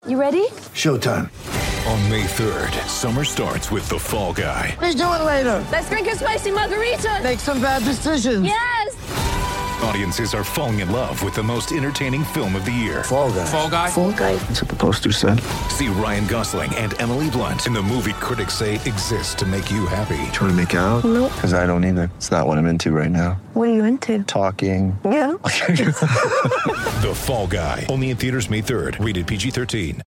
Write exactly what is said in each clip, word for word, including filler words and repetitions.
You ready? Showtime. On May third, summer starts with The Fall Guy. Let's do it later. Let's drink a spicy margarita. Make some bad decisions. Yes! Audiences are falling in love with the most entertaining film of the year. Fall Guy. Fall Guy? Fall Guy. That's what the poster said. See Ryan Gosling and Emily Blunt in the movie critics say exists to make you happy. Trying to make it out? Nope. Because I don't either. It's not what I'm into right now. What are you into? Talking. Yeah. The Fall Guy. Only in theaters May third. Rated P G thirteen.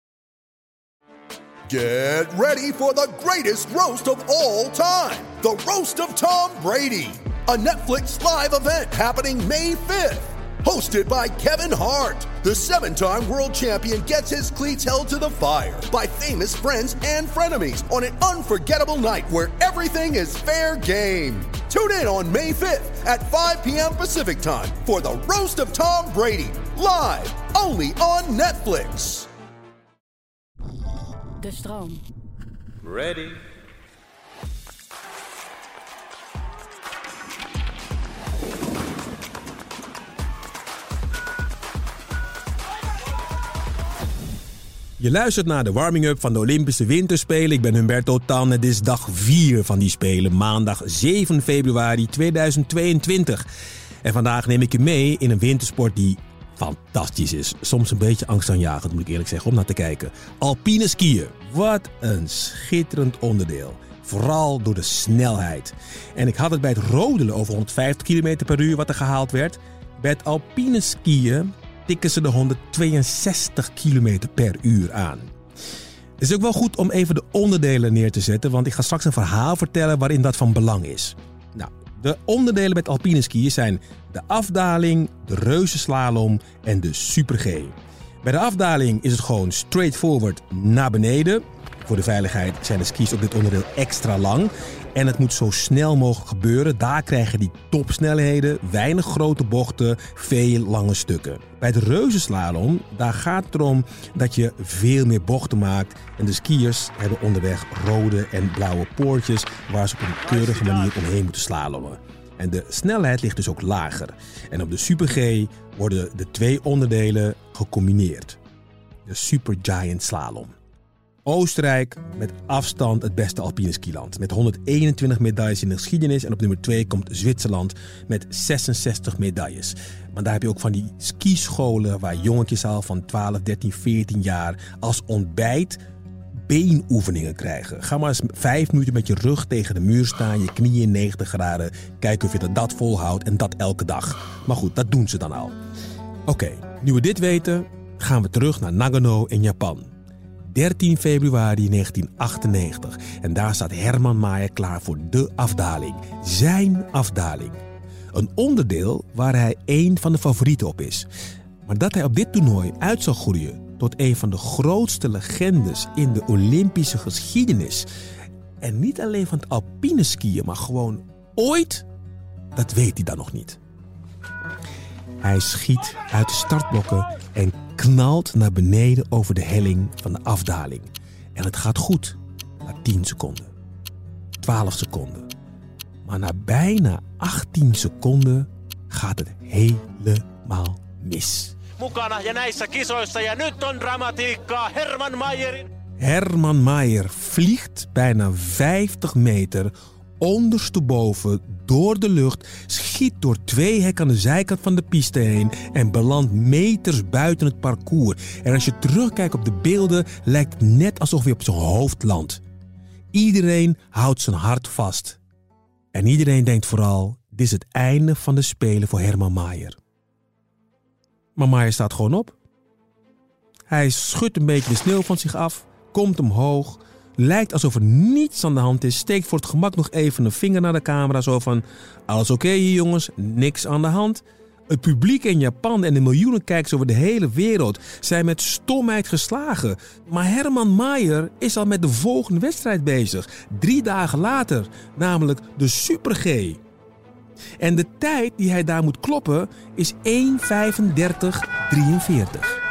Get ready for the greatest roast of all time. The Roast of Tom Brady. A Netflix live event happening May fifth. Hosted by Kevin Hart. The seven-time world champion gets his cleats held to the fire by famous friends and frenemies on an unforgettable night where everything is fair game. Tune in on May fifth at five p.m. Pacific time for the Roast of Tom Brady. Live only on Netflix. De stroom. Ready. Je luistert naar de warming-up van de Olympische Winterspelen. Ik ben Humberto Tan. Het is dag vier van die Spelen, maandag zeven februari tweeduizend tweeëntwintig. En vandaag neem ik je mee in een wintersport die fantastisch is. Soms een beetje angstaanjagend, moet ik eerlijk zeggen, om naar te kijken. Alpine skiën. Wat een schitterend onderdeel. Vooral door de snelheid. En ik had het bij het rodelen over honderdvijftig kilometer per uur wat er gehaald werd. Bij het alpine skiën tikken ze de honderdtweeënzestig kilometer per uur aan. Het is ook wel goed om even de onderdelen neer te zetten, want ik ga straks een verhaal vertellen waarin dat van belang is. Nou, de onderdelen met alpine skiën zijn de afdaling, de reuzenslalom en de super G. Bij de afdaling is het gewoon straightforward naar beneden. Voor de veiligheid zijn de skis op dit onderdeel extra lang. En het moet zo snel mogelijk gebeuren. Daar krijgen die topsnelheden, weinig grote bochten, veel lange stukken. Bij de reuzenslalom, daar gaat het erom dat je veel meer bochten maakt. En de skiers hebben onderweg rode en blauwe poortjes waar ze op een keurige manier omheen moeten slalommen. En de snelheid ligt dus ook lager. En op de Super G worden de twee onderdelen gecombineerd. De Super Giant Slalom. Oostenrijk met afstand het beste alpine skiland. Met honderdeenentwintig medailles in de geschiedenis. En op nummer twee komt Zwitserland met zesenzestig medailles. Maar daar heb je ook van die skischolen waar jongetjes al van twaalf, dertien, veertien jaar als ontbijt beenoefeningen krijgen. Ga maar eens vijf minuten met je rug tegen de muur staan, je knieën in negentig graden. Kijken of je dat, dat volhoudt en dat elke dag. Maar goed, dat doen ze dan al. Oké, okay, nu we dit weten, gaan we terug naar Nagano in Japan. dertien februari negentien achtennegentig. En daar staat Hermann Maier klaar voor de afdaling. Zijn afdaling. Een onderdeel waar hij één van de favorieten op is. Maar dat hij op dit toernooi uit zal groeien tot een van de grootste legendes in de Olympische geschiedenis. En niet alleen van het alpine skiën, maar gewoon ooit, dat weet hij dan nog niet. Hij schiet uit de startblokken en knalt naar beneden over de helling van de afdaling. En het gaat goed. Na tien seconden. twaalf seconden. Maar na bijna achttien seconden gaat het helemaal mis. Mukana ja näissä kisoissa ja nyt on dramatiikkaa Hermann Maierin. Hermann Maier vliegt bijna vijftig meter ondersteboven door de lucht, schiet door twee hekken aan de zijkant van de piste heen en belandt meters buiten het parcours. En als je terugkijkt op de beelden, lijkt het net alsof hij op zijn hoofd landt. Iedereen houdt zijn hart vast. En iedereen denkt vooral, dit is het einde van de Spelen voor Hermann Maier. Maar Maier staat gewoon op. Hij schudt een beetje de sneeuw van zich af, komt omhoog, lijkt alsof er niets aan de hand is, steekt voor het gemak nog even een vinger naar de camera, zo van, alles oké hier jongens, niks aan de hand. Het publiek in Japan en de miljoenen kijkers over de hele wereld zijn met stomheid geslagen. Maar Hermann Maier is al met de volgende wedstrijd bezig, drie dagen later, namelijk de Super G. En de tijd die hij daar moet kloppen is één vijfendertig drieënveertig.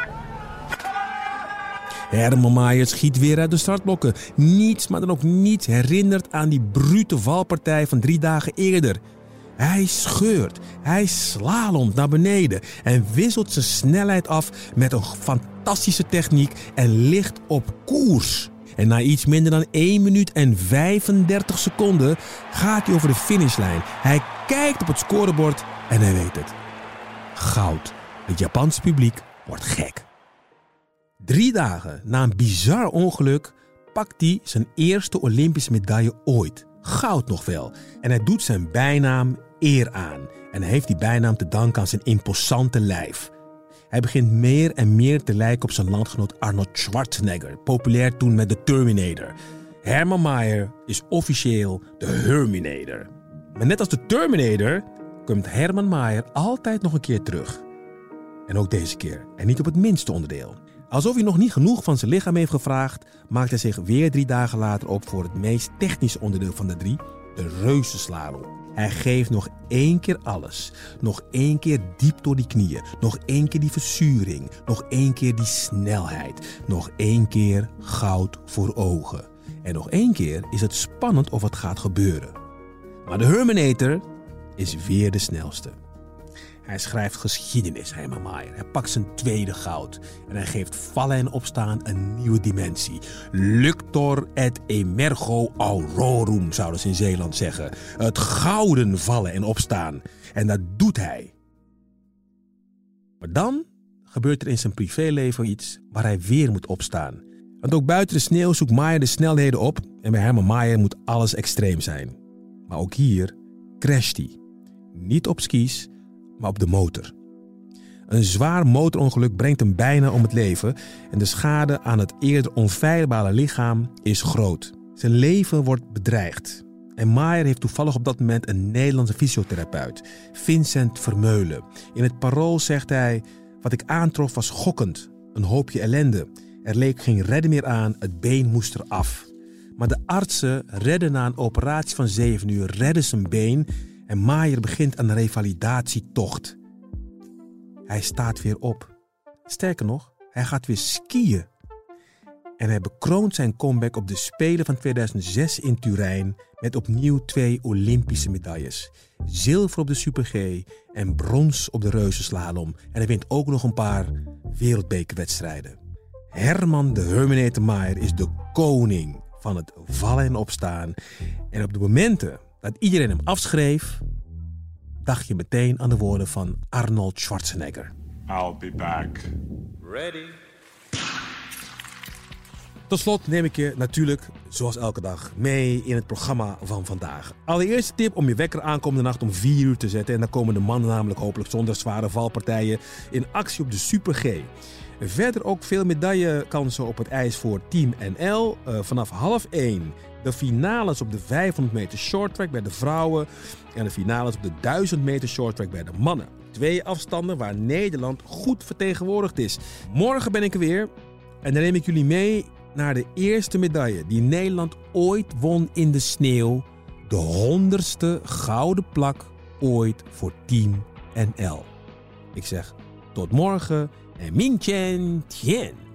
Hermann Maier schiet weer uit de startblokken. Niets, maar dan ook niets herinnert aan die brute valpartij van drie dagen eerder. Hij scheurt, hij slalomt naar beneden en wisselt zijn snelheid af met een fantastische techniek en ligt op koers. En na iets minder dan één minuut en vijfendertig seconden gaat hij over de finishlijn. Hij kijkt op het scorebord en hij weet het. Goud. Het Japanse publiek wordt gek. Drie dagen na een bizar ongeluk pakt hij zijn eerste Olympische medaille ooit. Goud nog wel. En hij doet zijn bijnaam eer aan. En hij heeft die bijnaam te danken aan zijn imposante lijf. Hij begint meer en meer te lijken op zijn landgenoot Arnold Schwarzenegger, populair toen met The Terminator. Hermann Maier is officieel de Herminator. Maar net als de Terminator komt Hermann Maier altijd nog een keer terug. En ook deze keer. En niet op het minste onderdeel. Alsof hij nog niet genoeg van zijn lichaam heeft gevraagd, maakt hij zich weer drie dagen later op voor het meest technische onderdeel van de drie, de reuzenslalom. Hij geeft nog één keer alles. Nog één keer diep door die knieën. Nog één keer die verzuring. Nog één keer die snelheid. Nog één keer goud voor ogen. En nog één keer is het spannend of het gaat gebeuren. Maar de Herminator is weer de snelste. Hij schrijft geschiedenis, Hermann Maier. Hij pakt zijn tweede goud. En hij geeft vallen en opstaan een nieuwe dimensie. Luctor et emergo aurorum, zouden ze in Zeeland zeggen. Het gouden vallen en opstaan. En dat doet hij. Maar dan gebeurt er in zijn privéleven iets waar hij weer moet opstaan. Want ook buiten de sneeuw zoekt Maier de snelheden op. En bij Hermann Maier moet alles extreem zijn. Maar ook hier crasht hij. Niet op skis, maar op de motor. Een zwaar motorongeluk brengt hem bijna om het leven en de schade aan het eerder onfeilbare lichaam is groot. Zijn leven wordt bedreigd. En Maier heeft toevallig op dat moment een Nederlandse fysiotherapeut, Vincent Vermeulen. In het Parool zegt hij: wat ik aantrof was schokkend, een hoopje ellende. Er leek geen redden meer aan, het been moest eraf. Maar de artsen redden na een operatie van zeven uur redden zijn been. En Maier begint aan een revalidatietocht. Hij staat weer op. Sterker nog, hij gaat weer skiën. En hij bekroont zijn comeback op de Spelen van tweeduizend zes in Turijn met opnieuw twee Olympische medailles. Zilver op de Super G en brons op de reuzenslalom. En hij wint ook nog een paar wereldbekerwedstrijden. Hermann de Herminator Maier is de koning van het vallen en opstaan. En op de momenten dat iedereen hem afschreef, dacht je meteen aan de woorden van Arnold Schwarzenegger. I'll be back. Ready. Tot slot neem ik je natuurlijk, zoals elke dag, mee in het programma van vandaag. Allereerste tip om je wekker aankomende nacht om vier uur te zetten. En dan komen de mannen namelijk hopelijk zonder zware valpartijen in actie op de Super G. Verder ook veel medaillekansen op het ijs voor Team N L. Uh, vanaf half één de finales op de vijfhonderd meter shorttrack bij de vrouwen. En de finales op de duizend meter shorttrack bij de mannen. Twee afstanden waar Nederland goed vertegenwoordigd is. Morgen ben ik er weer en dan neem ik jullie mee naar de eerste medaille die Nederland ooit won in de sneeuw. De honderdste gouden plak ooit voor Team N L. Ik zeg tot morgen en Min Chen Tien.